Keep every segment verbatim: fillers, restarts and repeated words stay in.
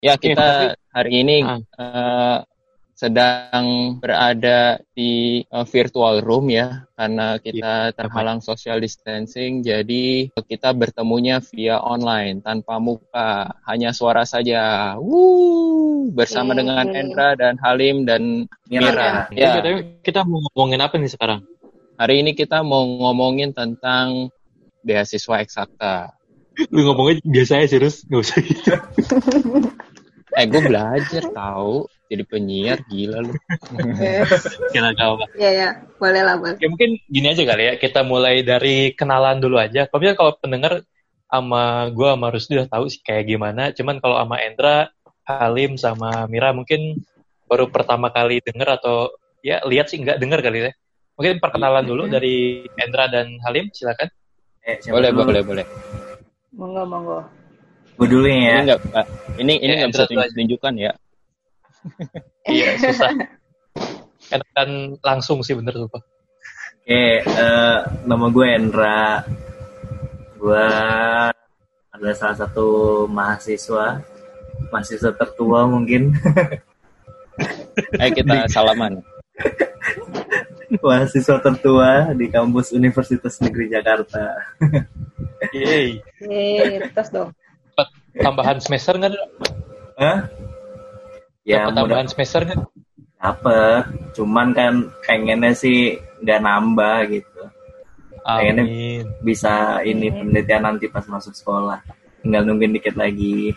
Ya, kita hari ini uh, sedang berada di uh, virtual room ya, karena kita terhalang social distancing, jadi kita bertemunya via online, tanpa muka, hanya suara saja. Wuh, bersama Yeay. dengan Endra dan Halim dan Mira. Ya. Ya. Kita mau ngomongin apa nih sekarang? Hari ini kita mau ngomongin tentang beasiswa eksakta. Lu ngomongnya biasa aja, serius, nggak usah gitu. Eh, gue belajar tahu. Jadi penyiar, gila lu. Kira kau Pak. Iya, ya, boleh lah, boleh. Ya mungkin gini aja kali ya, kita mulai dari kenalan dulu aja. Kalau misalnya kalau pendengar sama gue sama Rusdi udah tahu sih kayak gimana. Cuman kalau sama Endra, Halim sama Mira mungkin baru pertama kali denger atau ya lihat sih nggak denger kali ya. Mungkin perkenalan dulu dari Endra dan Halim, silakan. Eh, boleh, dulu? boleh, boleh. Monggo, monggo. Gue dulu ya. Ini nggak, ini ini nggak ya, bisa tunjuk-tunjukkan ya. Iya, susah. Kan langsung sih bener tuh Pak. Oke, uh, nama gue Endra. Gue adalah salah satu mahasiswa, mahasiswa tertua mungkin. Ayo kita salaman. Mahasiswa tertua di kampus Universitas Negeri Jakarta. Yeay. Yeay, tos dong. Tambahan semester nggak? Hah? Ya, tambahan semester nggak? Dapet, cuman kan pengennya sih nggak nambah gitu. Pengennya Amin. bisa ini penelitian nanti pas masuk sekolah. Tinggal nungguin dikit lagi.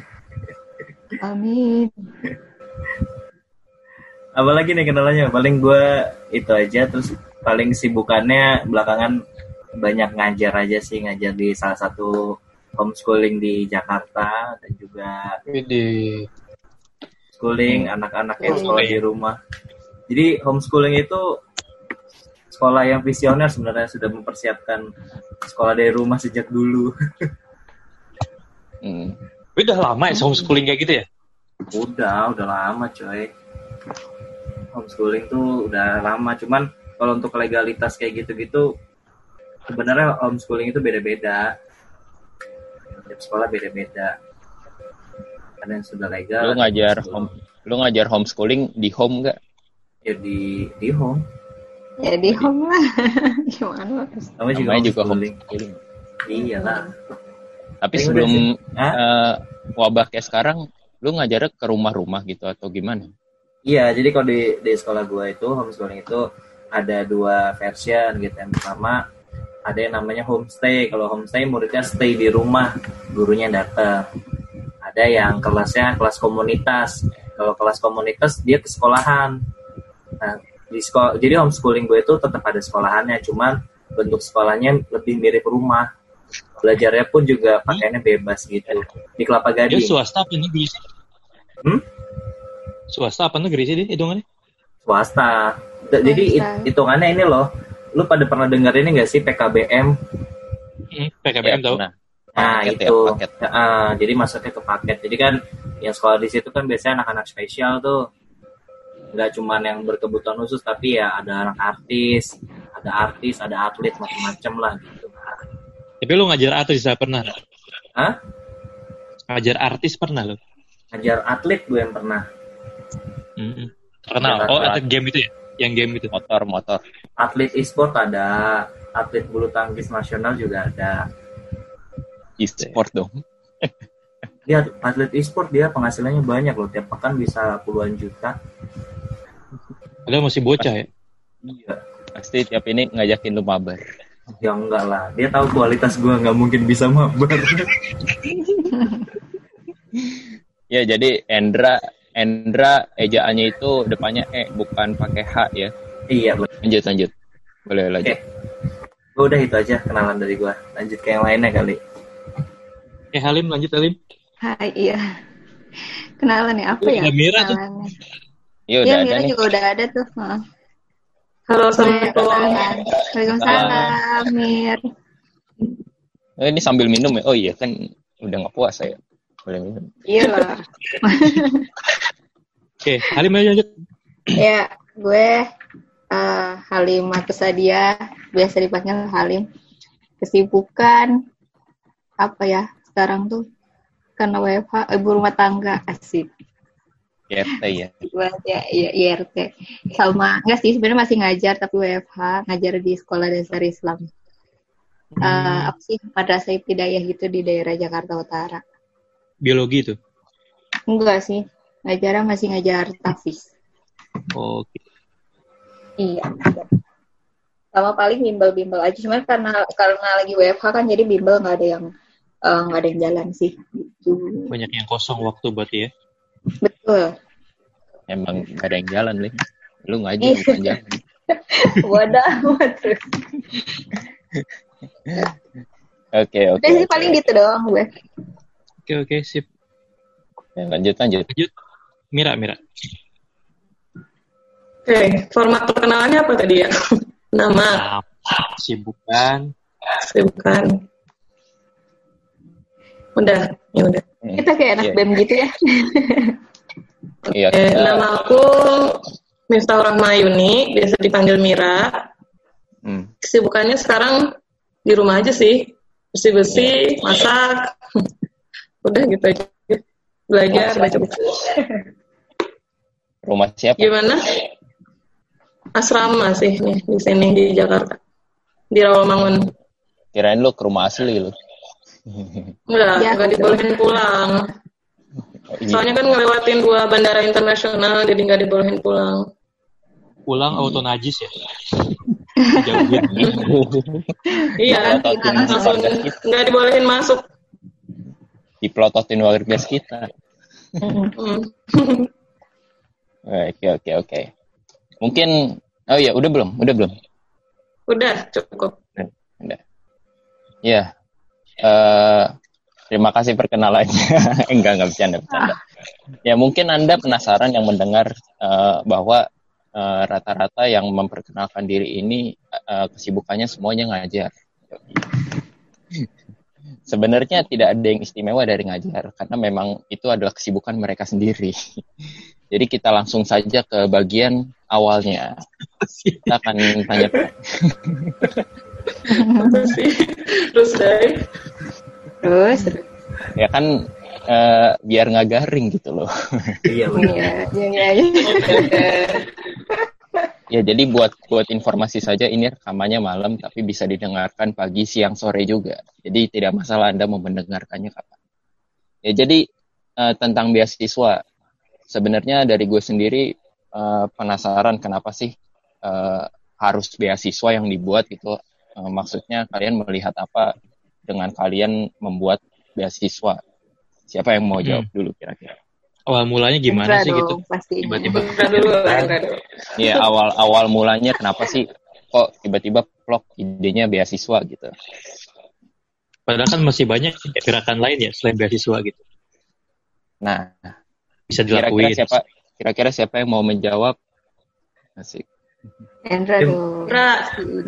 Amin. Apalagi nih kenalannya? Paling gue itu aja. Terus paling sibukannya belakangan banyak ngajar aja sih. Ngajar di salah satu homeschooling di Jakarta. Dan juga Widih. Homeschooling anak-anak yang sekolah di rumah. Jadi homeschooling itu sekolah yang visioner sebenarnya, sudah mempersiapkan sekolah dari rumah sejak dulu. hmm. Udah lama ya homeschooling kayak gitu ya? Udah, udah lama coy. Homeschooling tuh udah lama, cuman kalau untuk legalitas kayak gitu-gitu sebenarnya homeschooling itu beda-beda. Tiap sekolah beda-beda. Ada yang sudah legal. Lu ngajar home, lu ngajar homeschooling di home nggak? Ya di di home. Ya di home lah. Gimana? Namanya juga Namanya juga homeschooling. homeschooling. Iyalah. Tapi Ini sebelum udah, uh, wabah kayak sekarang, lu ngajarnya ke rumah-rumah gitu atau gimana? Iya, jadi kalau di di sekolah gue itu homeschooling itu ada dua version gitu. Yang pertama ada yang namanya homestay. Kalau homestay muridnya stay di rumah, gurunya datang. Ada yang kelasnya kelas komunitas. Kalau kelas komunitas dia ke sekolahan. Nah, di sekolah, jadi homeschooling gue itu tetap ada sekolahannya, cuman bentuk sekolahnya lebih mirip rumah. Belajarnya pun juga pakaiannya bebas gitu. Di Kelapa Gading. Dia swasta apa negeri sih? Hmm? Swasta apa negeri sih dia hitungannya? Swasta. Jadi it- hitungannya ini loh. Lu pada pernah dengar ini nggak sih P K B M? Hmm, P K B M ya, tahu. Nah, paket itu. Ya, paket. Uh, jadi masuknya ke paket. Jadi kan yang sekolah di situ kan biasanya anak-anak spesial tuh. Nggak cuma yang berkebutuhan khusus, tapi ya ada anak artis, ada artis, ada atlet, macam-macam lah gitu. Tapi lu ngajar artis gak pernah? Hah? Ngajar artis pernah lu? Ngajar atlet gue yang pernah. Mm-hmm. Kenal? Oh, ada game itu ya? Yang game itu? Motor-motor. Atlet e-sport ada, atlet bulu tangkis nasional juga ada. E-sport dong. Dia atlet e-sport, dia penghasilannya banyak loh, tiap pekan bisa puluhan juta. Padahal masih bocah ya? Iya. Pasti tiap ini ngajakin lu mabar. Ya enggak lah, dia tahu kualitas gue nggak mungkin bisa mabar. Ya jadi Endra, Endra ejaannya itu depannya E, bukan pakai H ya. Iya betul. Lanjut lanjut. Boleh lanjut. Oke. Gue udah itu aja kenalan dari gue. Lanjut ke yang lainnya kali. Eh Halim, lanjut Halim. Hai, iya. Kenalan ya, apa ya? Ada Mira tuh. Iya Ya, udah ada Mira nih. juga udah ada tuh. Halo, Assalamualaikum. Waalaikumsalam, Mir. Oh, ini sambil minum ya? Oh iya kan udah nggak puasa ya. Boleh minum. Iya lah. Oke, Halim aja lanjut. Ya, gue uh, Halimah Tusadia, biasa dipanggil Halim. Kesibukan apa ya sekarang tuh? karena W F H, ibu rumah tangga, asik. Y R T ya. Buat ya, ya Y R T. Sama enggak sih sebenarnya masih ngajar tapi W F H, ngajar di Sekolah Dasar Islam. Hmm. Uh, apa sih Madrasah Ibtidaiyah gitu di daerah Jakarta Utara. Biologi itu? Enggak sih, ngajarnya masih ngajar tahfiz. Oh, oke. Iya. Sama paling bimbel-bimbel aja, cuman karena karena lagi W F H kan jadi bimbel nggak ada yang nggak uh, ada yang jalan sih. Gitu. Banyak yang kosong waktu berarti ya? Betul. Emang nggak ada yang jalan nih. Lu ngajar bukan jalan. Wadah, waduh. Oke, oke. Udah sih paling gitu doang gue. Oke, oke, sip. Ya, lanjut, lanjut. Lanjut. Mira, Mira. Oke, format perkenalannya apa tadi ya? Nama. Sibukan. Sibukan. Udah, ya udah. Kita kayak anak yeah. B E M gitu ya. Iya. Oke, nama aku Miftah Rahmayuni, biasa dipanggil Mira. Hmm. Kesibukannya sekarang di rumah aja sih, bersih-bersih, yeah. masak, udah gitu aja, belajar, baca buku. Rumah siapa? Gimana? Asrama sih nih di sini di Jakarta, di Rawamangun. Kirain lu ke rumah asli lu. Enggak, ya, enggak dibolehin pulang. Soalnya kan ngelewatin dua bandara internasional, jadi nggak dibolehin pulang. Pulang auto najis ya? Iya, langsung nggak dibolehin masuk. Dipelototin warga kita. Oke, oke, oke. Mungkin, oh ya, udah belum? Udah belum? Udah, cukup. Udah. Ya, uh, terima kasih perkenalannya. enggak, enggak bercanda, bercanda. Ya, mungkin Anda penasaran yang mendengar uh, bahwa uh, rata-rata yang memperkenalkan diri ini uh, kesibukannya semuanya ngajar. Sebenarnya tidak ada yang istimewa dari ngajar, karena memang itu adalah kesibukan mereka sendiri. Jadi kita langsung saja ke bagian awalnya. Kita akan tanya. Terus deh. Terus. Ya kan uh, biar nggak garing gitu loh. Iya benar. Iya iya iya. Ya jadi buat buat informasi saja ini rekamannya malam tapi bisa didengarkan pagi, siang, sore juga. Jadi tidak masalah Anda mau mendengarkannya kapan. Ya jadi uh, tentang beasiswa. Sebenarnya dari gue sendiri uh, penasaran kenapa sih uh, harus beasiswa yang dibuat gitu. Uh, maksudnya kalian melihat apa dengan kalian membuat beasiswa? Siapa yang mau jawab hmm. dulu kira-kira? Awal mulanya gimana Enggak sih dong, gitu? Pastinya. Tiba-tiba. Iya awal awal mulanya kenapa sih kok tiba-tiba plok idenya beasiswa gitu? Padahal kan masih banyak gerakan lain ya selain beasiswa gitu. Nah. Bisa dilakuin. Kira-kira siapa, kira-kira siapa yang mau menjawab? Asik. Endra dong. Endra.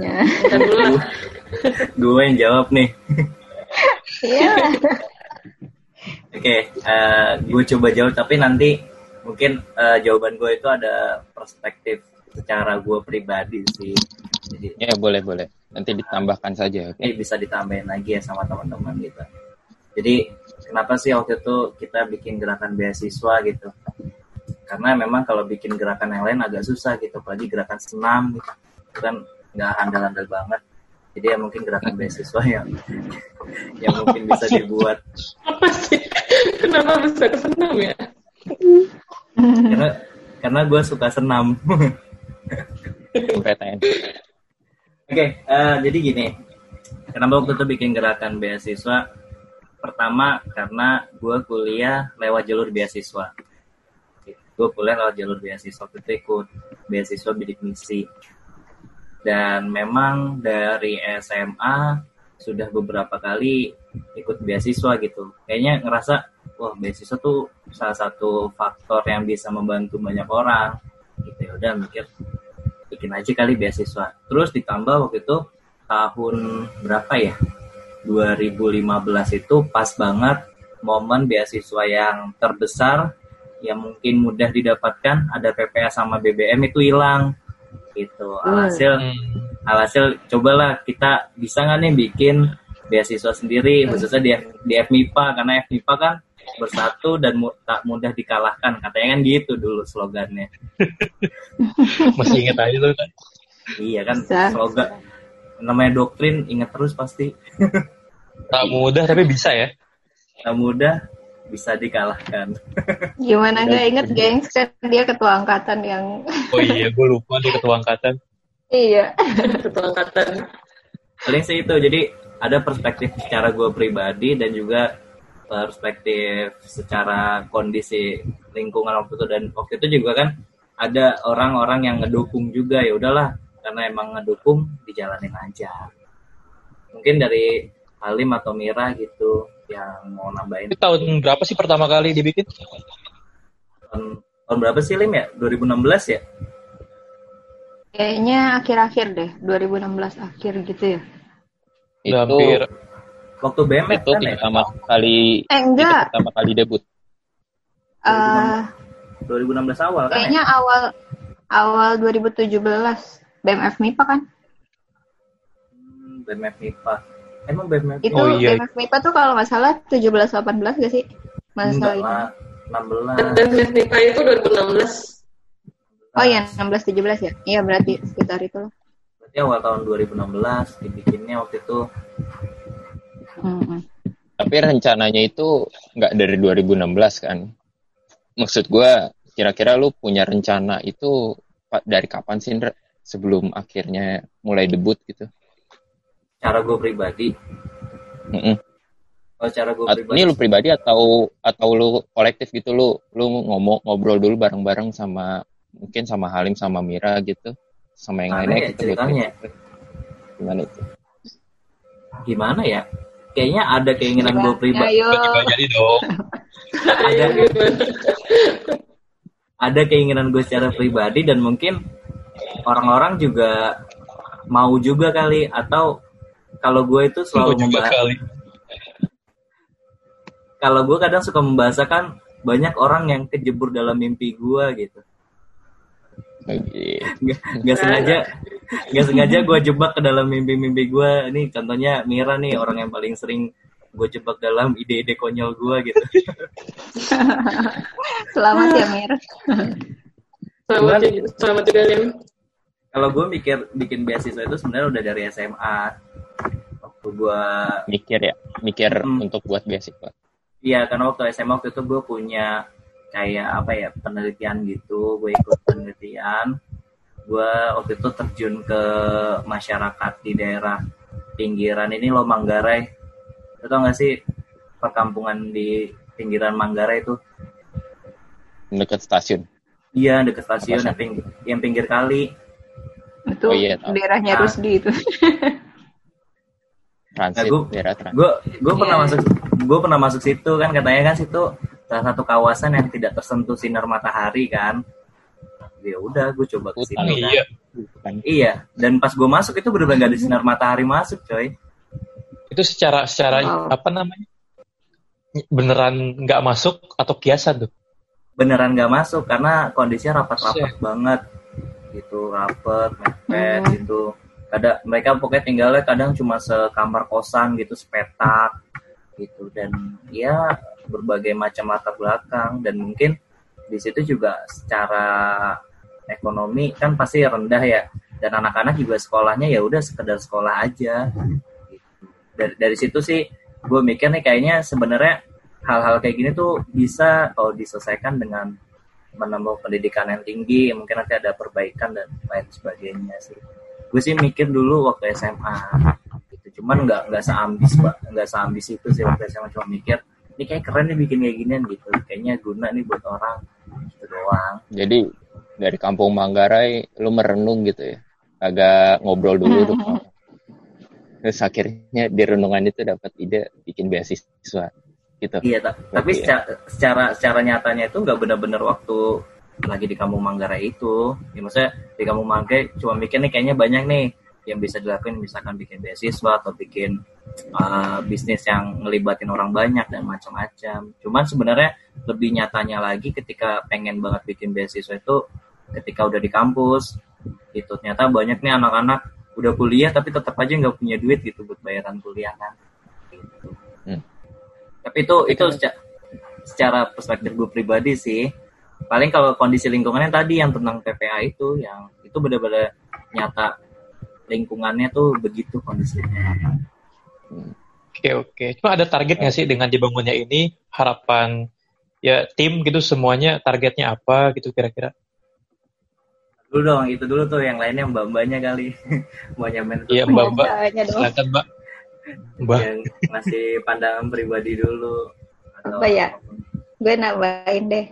Gue yang jawab nih. Iya. Oke, okay, uh, gue coba jawab tapi nanti mungkin uh, jawaban gue itu ada perspektif secara gue pribadi sih. Jadi, ya boleh boleh. Nanti ditambahkan saja. Oke. Okay? Bisa ditambahin lagi ya sama teman-teman gitu. Jadi kenapa sih waktu itu kita bikin gerakan beasiswa gitu? Karena memang kalau bikin gerakan yang lain agak susah gitu, apalagi gerakan senam gitu. Kan nggak handal-handal banget. Jadi ya mungkin gerakan beasiswa yang yang mungkin bisa dibuat. Apa sih? Kenapa bisa ke senam ya? Karena karena gue suka senam. Oke, okay, uh, jadi gini. Kenapa waktu itu bikin gerakan beasiswa? Pertama karena gue kuliah lewat jalur beasiswa. Gue kuliah lewat jalur beasiswa, itu ikut beasiswa bidik misi. Dan memang dari S M A sudah beberapa kali ikut beasiswa gitu. Kayaknya ngerasa, wah beasiswa tuh salah satu faktor yang bisa membantu banyak orang. Gitu ya udah mikir, bikin aja kali beasiswa. Terus ditambah waktu itu tahun berapa ya? dua ribu lima belas itu pas banget momen beasiswa yang terbesar yang mungkin mudah didapatkan, ada P P H sama B B M itu hilang gitu. Alhasil hmm. alhasil cobalah kita bisa nggak nih bikin beasiswa sendiri khususnya di di F M I P A, karena F M I P A kan bersatu dan mu- tak mudah dikalahkan, katanya kan gitu dulu slogannya. Masih ingat aja tuh kan? Iya kan, Bisa. slogan namanya doktrin, ingat terus pasti. Tak mudah tapi bisa ya. Tak mudah bisa dikalahkan. Gimana nggak inget, gengs, kan dia ketua angkatan yang Oh iya, gue lupa dia ketua angkatan. iya. Ketua angkatan. Paling sih itu, jadi ada perspektif secara gue pribadi dan juga perspektif secara kondisi lingkungan waktu itu. Dan waktu itu juga kan ada orang-orang yang ngedukung juga, ya udahlah karena emang ngedukung dijalanin aja. Mungkin dari Halim atau Mira gitu yang mau nambahin. Itu tahun berapa sih pertama kali dibikin? Tahun, tahun berapa sih Lim ya? dua ribu enam belas ya? Kayaknya akhir-akhir deh, dua ribu enam belas akhir gitu ya. Itu Hampir. Waktu B M X itu kan ya? pertama kali Eh itu enggak, pertama kali debut. eh dua ribu enam belas awal kan kayaknya ya? awal awal dua ribu tujuh belas B M F M I P A kan? Hmm, B M F M I P A. Emang B M F Itu Oh, iya. B M F M I P A tuh kalau nggak salah tujuh belas delapan belas gak sih? Masa enggak ini. lah, enam belas. Dan M F M I P A itu dua ribu enam belas. Oh iya, enam belas tujuh belas ya? Iya berarti sekitar itu lah. Berarti awal tahun dua ribu enam belas dibikinnya waktu itu. Mm-mm. Tapi rencananya itu nggak dari dua ribu enam belas kan? Maksud gue, kira-kira lu punya rencana itu pa- dari kapan sih, Ndra? Sebelum akhirnya mulai debut gitu? Cara gue pribadi. Mm-mm. Oh, cara gue At- pribadi. Ini lu pribadi atau atau lu kolektif gitu, lu lu ngomong ngobrol dulu bareng-bareng sama mungkin sama Halim sama Mira gitu, sama yang Gimana lainnya ya gitu. ceritanya? Gimana itu? Gimana ya? Kayaknya ada keinginan gue pribadi. Ayo. Tiba-tiba jadi dong. Ada ada keinginan gue secara pribadi dan mungkin orang-orang juga mau juga kali, atau kalau gue itu Gue selalu juga membahas. kali. Kalau gue kadang suka membahasakan banyak orang yang kejebur dalam mimpi gue gitu. Oke. Nggak, nggak sengaja nggak sengaja gue jebak ke dalam mimpi-mimpi gue. Nih contohnya Mira nih, orang yang paling sering gue jebak dalam ide-ide konyol gue gitu. Selamat ya Mir. Selamat, juga- selamat juga, Lim. Kalau gue mikir bikin beasiswa itu sebenarnya udah dari S M A. Waktu gue, Mikir ya, mikir Hmm. untuk buat beasiswa. iya karena waktu S M A waktu itu gue punya kayak apa ya, penelitian gitu. Gue ikut penelitian. Gue waktu itu terjun ke masyarakat di daerah pinggiran ini loh, Manggarai. Lo tau gak sih perkampungan di pinggiran Manggarai itu? Dekat stasiun. Iya, deket stasiun Apa yang, ping- yang pinggir kali. Itu Oh iya, tahu. daerahnya Ah. Rusdi itu. Transit, Nah, gua- daerah transit. Gue gue pernah Iya. masuk gue pernah masuk situ kan, katanya kan situ salah satu kawasan yang tidak tersentuh sinar matahari kan. Ya udah, gue coba ke situ Hutan, kan. Iya. Kan? Iya, dan pas gue masuk itu benar-benar gak ada sinar matahari masuk, coy. Itu secara secara Wow. apa namanya? Beneran nggak masuk atau kiasan tuh? Beneran gak masuk karena kondisinya rapat-rapat banget gitu, rapet, mepet Hmm. gitu. Kadang mereka pokoknya tinggalnya kadang cuma sekamar kosan gitu, sepetak gitu, dan ya berbagai macam latar belakang, dan mungkin di situ juga secara ekonomi kan pasti rendah ya, dan anak-anak juga sekolahnya ya udah sekedar sekolah aja gitu. Dari dari situ sih gue mikir nih, kayaknya sebenarnya hal-hal kayak gini tuh bisa kalau diselesaikan dengan menempuh pendidikan yang tinggi, mungkin nanti ada perbaikan dan lain sebagainya sih. Gue sih mikir dulu waktu S M A gitu, cuman nggak nggak seambis pak nggak seambis itu sih waktu S M A, cuma mikir ini kayak keren nih bikin kayak ginian gitu, kayaknya guna nih buat orang gitu doang. Jadi dari kampung Manggarai lu merenung gitu ya, agak ngobrol dulu tuh. Terus akhirnya di renungan itu dapat ide bikin beasiswa gitu. Iya, ta- tapi Iya. secara, secara secara nyatanya itu nggak benar-benar waktu lagi di kampung Manggarai itu. Ya, maksudnya di kampung Manggarai cuma mikir nih kayaknya banyak nih yang bisa dilakuin, misalkan bikin beasiswa atau bikin uh, bisnis yang ngelibatin orang banyak dan macam-macam. Cuman sebenarnya lebih nyatanya lagi ketika pengen banget bikin beasiswa itu ketika udah di kampus gitu. Ternyata banyak nih anak-anak udah kuliah tapi tetap aja nggak punya duit gitu buat bayaran kuliah kan. Gitu. Hmm. Tapi itu itu secara, secara perspektif gue pribadi sih. Paling kalau kondisi lingkungannya tadi yang tentang P P A itu, yang itu benar-benar nyata lingkungannya tuh begitu kondisinya. Oke oke. Cuma ada target nggak sih dengan dibangunnya ini? Harapan ya tim gitu semuanya targetnya apa gitu kira-kira? Dulu dong, itu dulu tuh yang lainnya mbak-mbaknya kali. Mau nyamain Iya mbak-mbak. Silakan mbak. Mbak. Yang masih pandangan pribadi dulu. Atau apa ya? Gue nambahin deh.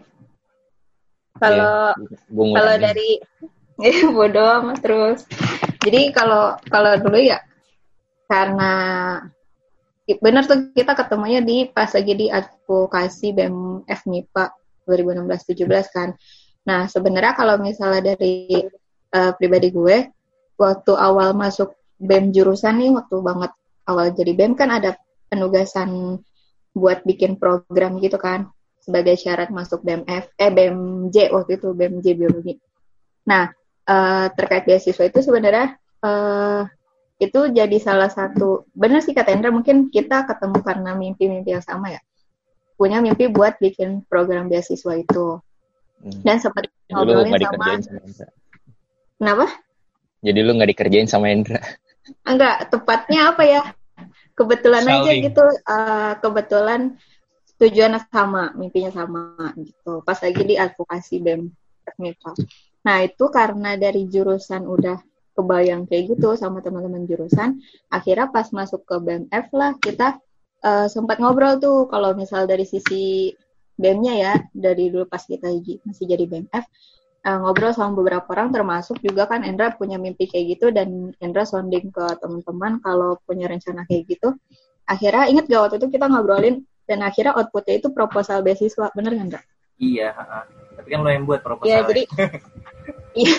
Kalau yeah, kalau dari ya bodoh amat terus. Jadi kalau kalau dulu ya karena benar tuh kita ketemunya di pas lagi di advokasi B E M F M I P A dua ribu enam belas tujuh belas kan. Nah, sebenarnya kalau misalnya dari uh, pribadi gue waktu awal masuk B E M jurusan nih, waktu banget awal jadi B E M kan ada penugasan buat bikin program gitu kan. Sebagai syarat masuk B E M F, eh B E M J waktu itu, B E M J biologi. Nah, uh, terkait beasiswa itu sebenarnya uh, itu jadi salah satu, benar sih kata Indra, mungkin kita ketemu karena mimpi-mimpi yang sama ya. Punya mimpi buat bikin program beasiswa itu. Dan sempat ngobrolin sama... sama Kenapa? Jadi lu nggak dikerjain sama Indra? Enggak, tepatnya apa ya? Kebetulan Saling. aja gitu, uh, kebetulan tujuannya sama, mimpinya sama gitu. Pas lagi di advokasi B E M F M I P A. Nah itu karena dari jurusan udah kebayang kayak gitu sama teman-teman jurusan, akhirnya pas masuk ke B E M F lah kita uh, sempat ngobrol tuh kalau misal dari sisi B E M-nya ya, dari dulu pas kita masih jadi B E M F, uh, ngobrol sama beberapa orang termasuk juga kan Endra punya mimpi kayak gitu dan Endra sounding ke teman-teman kalau punya rencana kayak gitu. Akhirnya inget gak waktu itu kita ngobrolin dan akhirnya outputnya itu proposal beasiswa, bener kan, Ndra? Iya, uh, tapi kan lo yang buat proposal. Iya, jadi iya,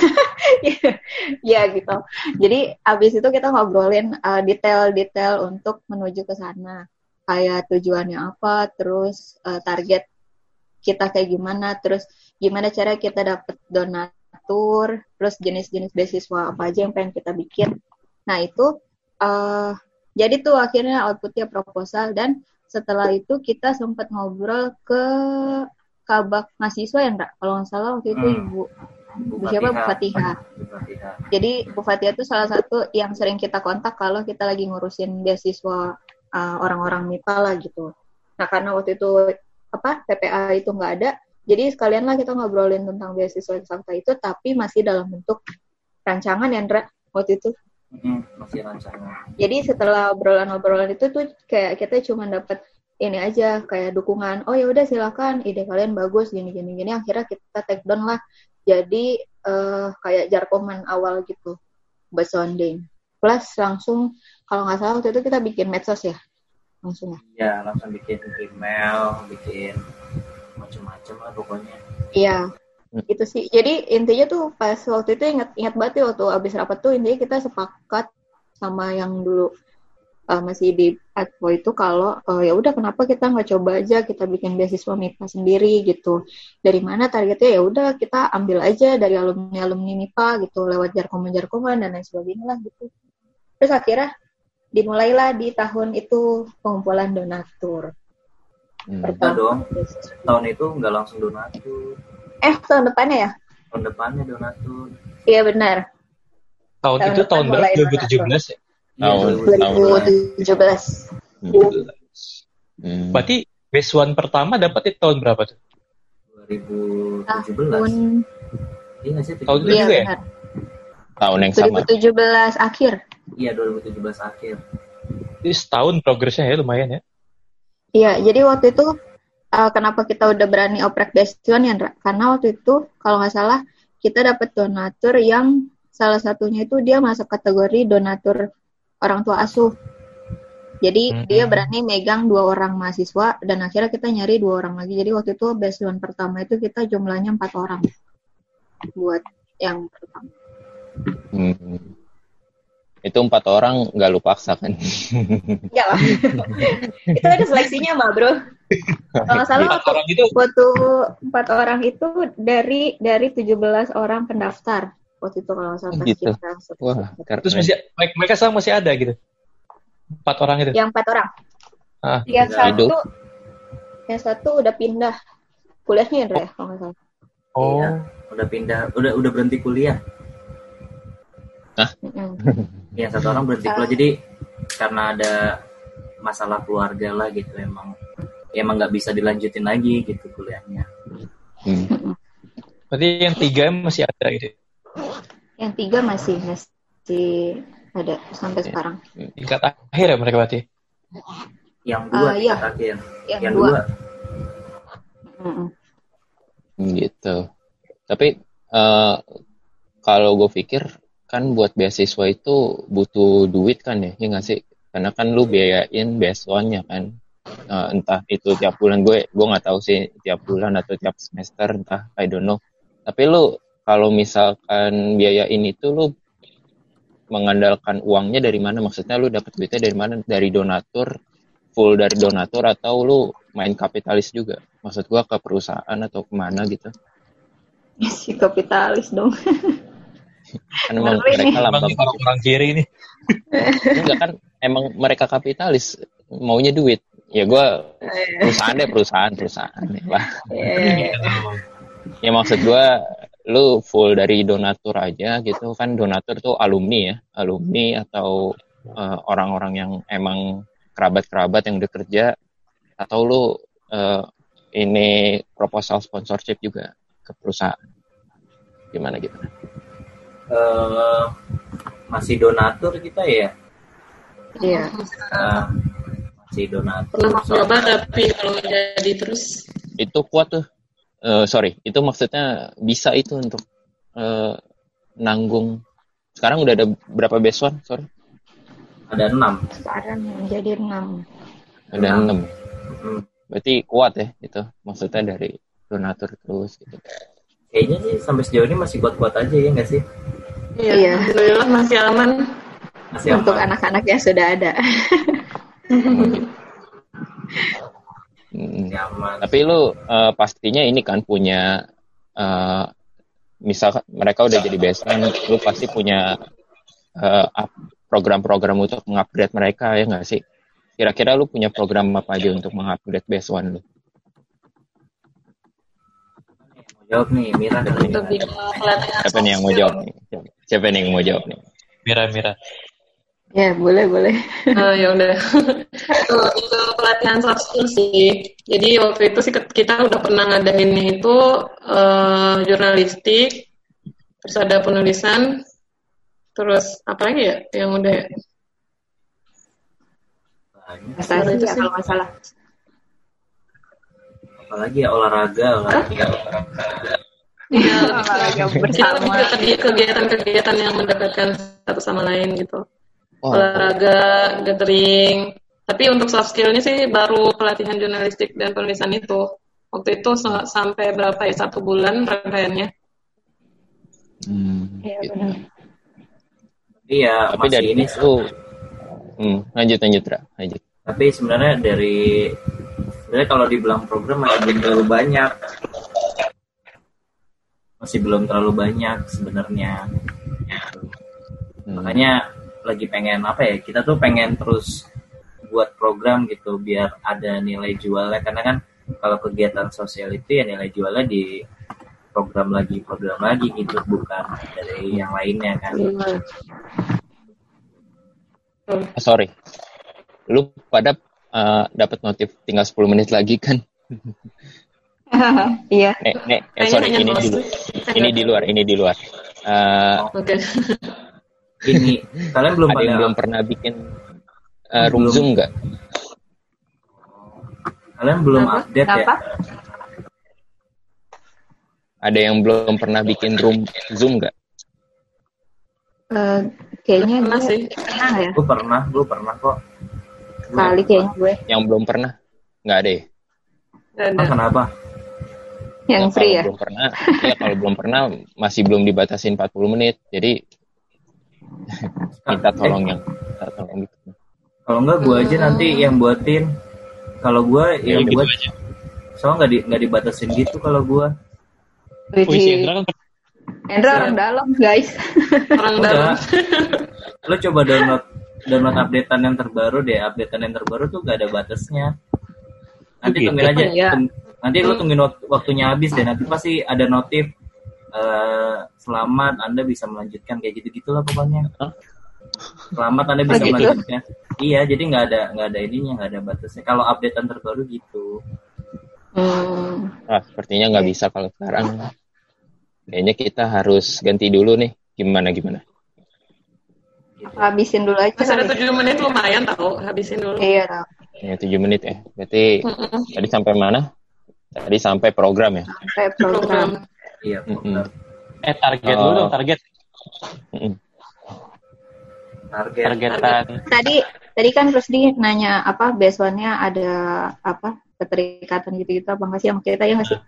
iya gitu. Jadi abis itu kita ngobrolin uh, detail-detail untuk menuju ke sana. Kayak tujuannya apa, terus uh, target kita kayak gimana, terus gimana cara kita dapat donatur, terus jenis-jenis beasiswa apa aja yang pengen kita bikin. Nah itu uh, jadi tuh akhirnya outputnya proposal dan setelah itu kita sempat ngobrol ke kabak mahasiswa ya enggak? Kalau nggak salah waktu itu hmm. ibu, ibu siapa Bu Fatihah. Jadi Bu Fatihah itu salah satu yang sering kita kontak kalau kita lagi ngurusin beasiswa uh, orang-orang M I P A lah gitu. Nah karena waktu itu apa P P A itu nggak ada, jadi sekalian lah kita ngobrolin tentang beasiswa eksakta itu, tapi masih dalam bentuk rancangan ya Ndra waktu itu. Hmm, masih rancangan. Jadi setelah obrolan-obrolan itu tuh kayak kita cuma dapat ini aja kayak dukungan. Oh ya udah silakan, ide kalian bagus gini gini gini. Akhirnya kita take down lah. Jadi uh, kayak jarkoman awal gitu, buat sounding. Plus langsung kalau nggak salah waktu itu kita bikin medsos ya, langsung ya. Iya langsung bikin email, bikin macam-macam lah pokoknya. Iya. Itu sih. Jadi intinya tuh pas waktu itu ingat ingat banget ya waktu abis rapat tuh intinya kita sepakat sama yang dulu uh, masih di Advo itu kalau uh, ya udah kenapa kita nggak coba aja kita bikin beasiswa M I P A sendiri gitu. Dari mana targetnya ya udah kita ambil aja dari alumni alumni M I P A gitu lewat jarkoman-jarkoman dan lain sebagainya lah gitu. Terus akhirnya dimulailah di tahun itu pengumpulan donatur. Hmm. Pertama dong. Tahun itu nggak langsung donatur. Eh, tahun depannya ya? Tahun depannya donatur. Iya, benar. Tahun, tahun itu tahun berapa? dua ribu tujuh belas ya? Tahun dua ribu tujuh belas. Hmm. Berarti base one pertama dapat itu tahun berapa tuh? dua ribu tujuh belas. Tahun... Iya sih, tahun itu iya, juga ya? Benar. Tahun yang sama. dua ribu tujuh belas akhir. Iya, dua ribu tujuh belas akhir. Jadi setahun progresnya ya lumayan ya? Iya, jadi waktu itu Uh, kenapa kita udah berani oprek beasiswa nih, Andra? Karena waktu itu, kalau nggak salah, kita dapat donatur yang salah satunya itu dia masuk kategori donatur orang tua asuh. Jadi, mm-hmm. dia berani megang dua orang mahasiswa, dan akhirnya kita nyari dua orang lagi. Jadi, waktu itu beasiswa pertama itu kita jumlahnya empat orang. Buat yang pertama. Hmm. Itu empat orang nggak lu paksa kan? Enggak lah. Itu ada seleksinya mah bro. Kalau nggak salah empat orang itu waktu empat orang itu dari dari tujuh belas orang pendaftar waktu itu kalau nggak salah. Gitu. Kita wah. Terus masih mereka sekarang masih ada gitu. Empat orang itu. Yang empat orang. Ah. Yang satu yang satu udah pindah kuliahnya Indra ya kalau nggak salah. Oh, iya, udah pindah, udah udah berhenti kuliah. Hah? Yang satu orang berhenti kuliah, jadi karena ada masalah keluarga lah gitu, emang emang nggak bisa dilanjutin lagi gitu kuliahnya. Hmm. Berarti yang tiga masih ada gitu? Yang tiga masih masih ada sampai sekarang. Tingkat akhir ya mereka berarti? Yang dua uh, tingkat iya. akhir. Yang, yang dua. dua. Mm-mm. Gitu. Tapi uh, kalau gue pikir kan buat beasiswa itu butuh duit kan ya, ya nggak sih? Karena kan lu biayain beasiswanya kan, uh, entah itu tiap bulan, gue gue nggak tahu sih tiap bulan atau tiap semester, entah I don't know. Tapi lu kalau misalkan biayain itu lu mengandalkan uangnya dari mana? Maksudnya lu dapat duitnya dari mana? Dari donatur, full dari donatur, atau lu main kapitalis juga? Maksud gue ke perusahaan atau kemana gitu? Si kapitalis dong. Kan emang mereka lambang orang kiri ini. Enggak kan, emang mereka kapitalis, maunya duit. Ya gue perusahaan deh, perusahaan, perusahaan ya lah. Ya maksud gue, lu full dari donatur aja gitu kan. Donatur tuh alumni ya, alumni atau uh, orang-orang yang emang kerabat-kerabat yang udah kerja, atau lu uh, ini proposal sponsorship juga ke perusahaan. Gimana gitu? Uh, masih donatur kita ya? Iya. Uh, masih donatur. Pernah coba tapi kalau jadi terus itu kuat tuh. Uh, sorry, itu maksudnya bisa itu untuk uh, nanggung. Sekarang udah ada berapa beasiswa? Sorry. Ada enam. Sekarang jadi enam. Ada enam. Hmm. Berarti kuat ya itu. Maksudnya dari donatur terus gitu. Kayaknya sih sampai sejauh ini masih kuat-kuat aja ya nggak sih? Iya, iya. Alhamdulillah masih aman. Masih untuk aman. anak-anak yang sudah ada. Hmm. Nyaman. Tapi lu uh, pastinya ini kan punya, uh, misal mereka udah jadi baseline, lu pasti punya uh, program-program untuk mengupgrade mereka ya nggak sih? Kira-kira lu punya program apa aja untuk mengupgrade baseline lu? Jawab nih, Mira dan Siapa nih yang mau jawab nih? Siapa nih yang mau jawab nih? Mira, Mira. Ya, boleh, boleh. Uh, ya udah. Kalau itu pelatihan soft skill sih. Jadi waktu itu sih kita udah pernah ngadain itu uh, jurnalistik, terus ada penulisan, terus apa lagi ya yang udah? Bahasa itu ya kalau nggak salah. Apalagi ya olahraga, olahraga. Iya, olahraga kita bersama. lebih ke kegiatan-kegiatan yang mendekatkan satu sama lain gitu. Oh. Olahraga, gathering. Tapi untuk soft skill-nya sih baru pelatihan jurnalistik dan penulisan itu. Waktu itu so- sampai berapa ya? Satu bulan rangkaiannya. Hmm, Iya, gitu. benar. Iya, Tapi masih dari ini. itu, hmm, lanjut lanjut Ra, lanjut. Tapi sebenarnya dari sebenarnya kalau dibilang program masih belum terlalu banyak. Masih belum terlalu banyak sebenarnya. Hmm. Makanya lagi pengen apa ya? Kita tuh pengen terus buat program gitu biar ada nilai jualnya, karena kan kalau kegiatan sosial itu ya nilai jualnya di program lagi program lagi gitu, bukan dari yang lainnya kan. Oh, sorry, lu pada uh, dapat notif tinggal sepuluh menit lagi kan? Iya. Nek, nek, eh, sorry, ini di, ini di luar, ini di luar. Uh, Oke. Ini kalian belum ada pada yang belum pernah bikin uh, room Belum. Zoom nggak? kalian belum Kenapa? update ya? Kenapa? Ada yang belum pernah bikin room Zoom nggak? Eh, kayaknya Pernah gue sih. pernah ya. Gue pernah, gue pernah kok. Kali kayaknya gue Yang belum pernah? Nggak ada ya? Nggak ada. Ah, kenapa? yang Ya, free kalau ya. belum pernah, ya kalau belum pernah masih belum dibatasin empat puluh menit. Jadi minta tolong yang minta tolong gitu. Kalau enggak gue aja nanti yang buatin. Kalau gue Ya, yang gitu buat, aja. soalnya nggak di, nggak dibatasin gitu kalau gue. Puisi Widih. Indra kan Endra orang dalam guys. Orang dalam. Udah, lo coba download download updatean yang terbaru deh. Updatean yang terbaru tuh gak ada batasnya. Nanti gitu. tungguin aja. Ya. Tung, nanti lu tungguin waktunya habis deh. Nanti pasti ada notif uh, selamat Anda bisa melanjutkan kayak gitu-gitulah pokoknya. Huh? Selamat Anda bisa oh, gitu? melanjutkan. Iya, jadi nggak ada nggak ada ininya, nggak ada batasnya. Kalau updatean terbaru gitu. Hmm. Nah, sepertinya nggak bisa kalau sekarang. Kayaknya kita harus ganti dulu nih. Gimana gimana? Habisin dulu aja. Masih ada tujuh menit lumayan tau. Habisin dulu. Iya tau. Ya tujuh menit ya. Berarti mm-mm. tadi sampai mana? Tadi sampai program ya. Sampai program. Iya. Program. Eh target dulu dong target. Mm-mm. Target. Targetan. Tadi tadi kan Rusdi nanya apa besokannya ada apa keterikatan gitu-gitu apa nggak sih sama kita ya nggak sih?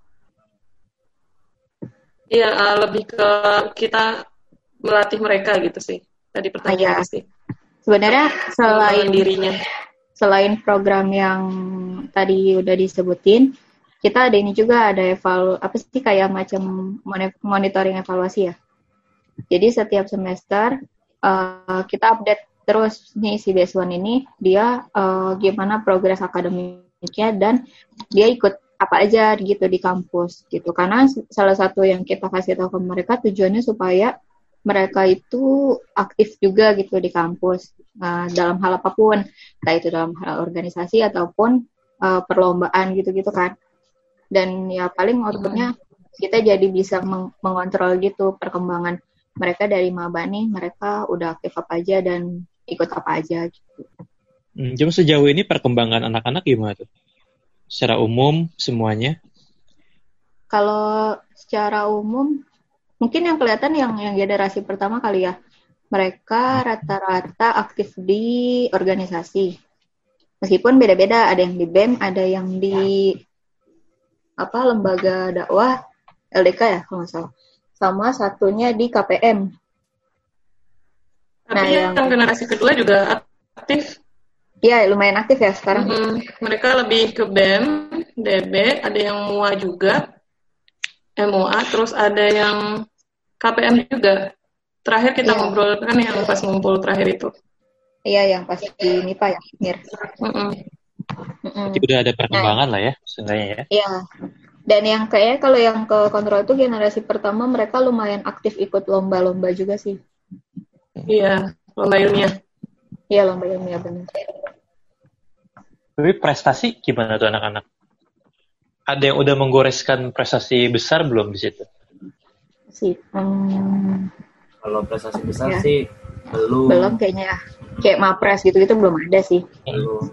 Iya uh, lebih ke kita melatih mereka gitu sih. Tadi pertanyaan sih. Sebenarnya selain dirinya, selain program yang tadi udah disebutin, kita ada ini juga ada evalu apa sih kayak macam monitoring evaluasi ya. Jadi setiap semester uh, kita update terus nih si B S one ini dia uh, gimana progres akademiknya dan dia ikut apa aja gitu di kampus gitu. Karena salah satu yang kita kasih tahu ke mereka tujuannya supaya mereka itu aktif juga gitu di kampus uh, dalam hal apapun, entah itu dalam hal organisasi ataupun uh, perlombaan gitu-gitu kan. Dan ya paling outputnya kita jadi bisa meng- mengontrol gitu perkembangan mereka dari maba nih, mereka udah aktif apa aja dan ikut apa aja gitu. Hmm, cuma sejauh ini perkembangan anak-anak gimana tuh? Secara umum semuanya? Kalau secara umum mungkin yang kelihatan yang yang generasi pertama kali ya. Mereka rata-rata aktif di organisasi. Meskipun beda-beda, ada yang di B E M, ada yang di apa lembaga dakwah L D K ya kalau nggak salah. Sama satunya di K P M. Tapi nah, yang, yang generasi kedua juga aktif. Iya, lumayan aktif ya sekarang. Mm-hmm. Mereka lebih ke B E M, D B, ada yang M U A juga. M U A, terus ada yang K P M juga. Terakhir kita yeah. ngobrol kan yang pas ngumpul terakhir itu. Iya, yang pas di M I P A ya, Mir. Mm-mm. Jadi udah ada perkembangan nah, lah ya, sebenarnya ya. Iya. Dan yang kayaknya kalau yang ke kontrol itu generasi pertama mereka lumayan aktif ikut lomba-lomba juga sih. Iya, lomba ilmiah. Iya, lomba ilmiah benar. Tapi prestasi gimana tuh anak-anak? Ada yang udah menggoreskan prestasi besar belum di situ? Sih. Um, Kalau prestasi besar ya. sih belum. Belum kayaknya ya. Kayak Mapres gitu-gitu belum ada sih. Belum.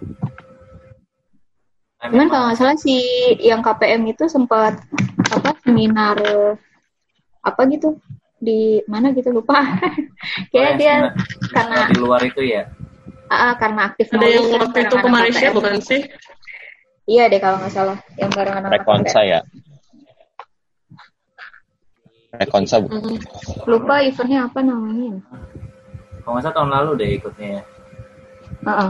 Cuman kalau nggak salah si yang K P M itu sempat apa seminar apa gitu di mana gitu lupa. Kayak oh, dia seminar, karena di luar itu ya. Ah, uh, karena aktif. Ada yang waktu itu ke Malaysia bukan sih? Iya deh kalau nggak salah, yang bareng anak-anak Rekonsa ya. Rekonsa bu. Lupa eventnya apa namanya? Kalau nggak salah tahun lalu deh ikutnya. Uh-uh.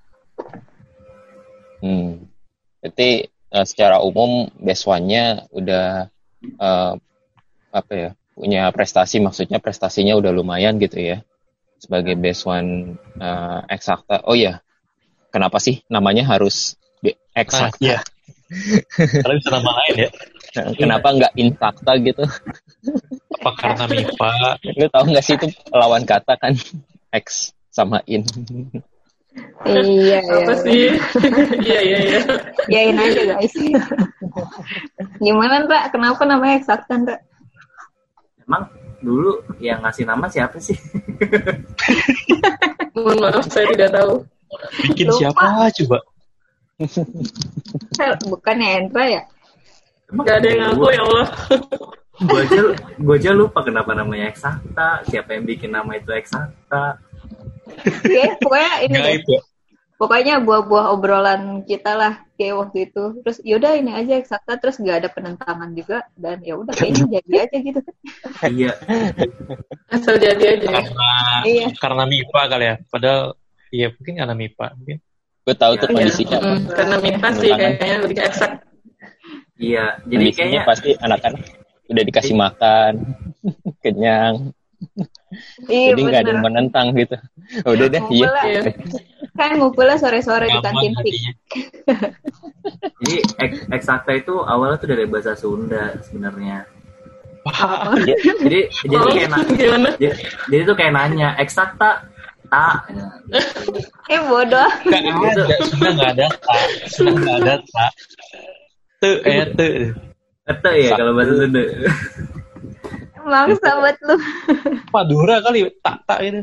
Hmm. Berarti uh, secara umum best one-nya udah uh, apa ya punya prestasi, maksudnya prestasinya udah lumayan gitu ya sebagai best one uh, eksakta. Oh ya, kenapa sih namanya harus eksakta? Ah, iya. Kalau bisa nama lain ya. Kenapa nggak infakta gitu? Apa karena M I P A? Lu tahu nggak sih itu lawan kata kan X sama in. Iya, apa iya. sih? Iya, iya, iya. Yain aja guys. Gimana, Mbak? Kenapa namanya eksakta, Mbak? Emang dulu yang ngasih nama siapa sih? Mohon maaf, saya tidak tahu. Bikin Lupa. Siapa coba? Bukannya Endra ya? Emang gak ada yang ngaku ya Allah. Gue aja, gue aja lupa kenapa namanya eksakta. Siapa yang bikin nama itu eksakta? Ya, pokoknya ini Nggak deh. itu. Pokoknya buah-buah obrolan kita lah kayak waktu itu. Terus yaudah ini aja eksakta, terus gak ada penentangan juga dan ya udah kayaknya jadi aja gitu. Iya. Asal jadi aja. Karena Iya. karena M I P A kali ya. Padahal iya mungkin karena M I P A mungkin. Gue tahu tuh Iya. kondisinya apa. Hmm, karena M I P A sih kayaknya lebih eksak. Iya, jadi Kondisinya kayaknya pasti anak-anak udah dikasih makan, kenyang. Iya, Jadi nggak ada yang menentang gitu. Udah deh, iya. Iya. Kan ngumpulnya sore-sore di kantin Fik. Jadi ek- eksakta itu awalnya tuh dari bahasa Sunda sebenarnya. Apa? Jadi jadi Oh, kayak na- gimana? jadi, jadi tuh kayak nanya eksakta tak. Eh bodoh. Nggak ada, sudah nggak ada tak, sudah nggak ada tak. Tuh, eh tuh. Ete ya kalau bahasa Sunda. Emang sahabat lu. Madura kali tak tak itu.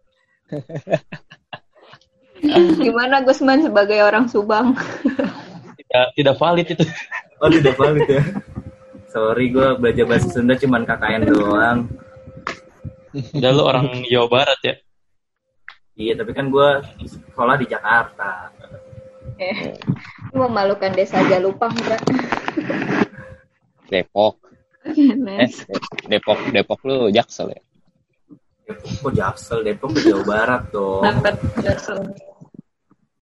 Gimana Gusman sebagai orang Subang? Tidak tidak valid itu. Oh tidak valid ya. Sorry gue belajar bahasa Sunda cuman K K N doang. Udah lu orang Jawa Barat ya. Iya tapi kan gue sekolah di Jakarta. Eh, memalukan desa Jalupang, Bra. Depok. Eh, Depok, Depok lu Jaksel ya? Depok kok Jaksel, Depok ke Jawa Barat dong. Dapat Jaksel.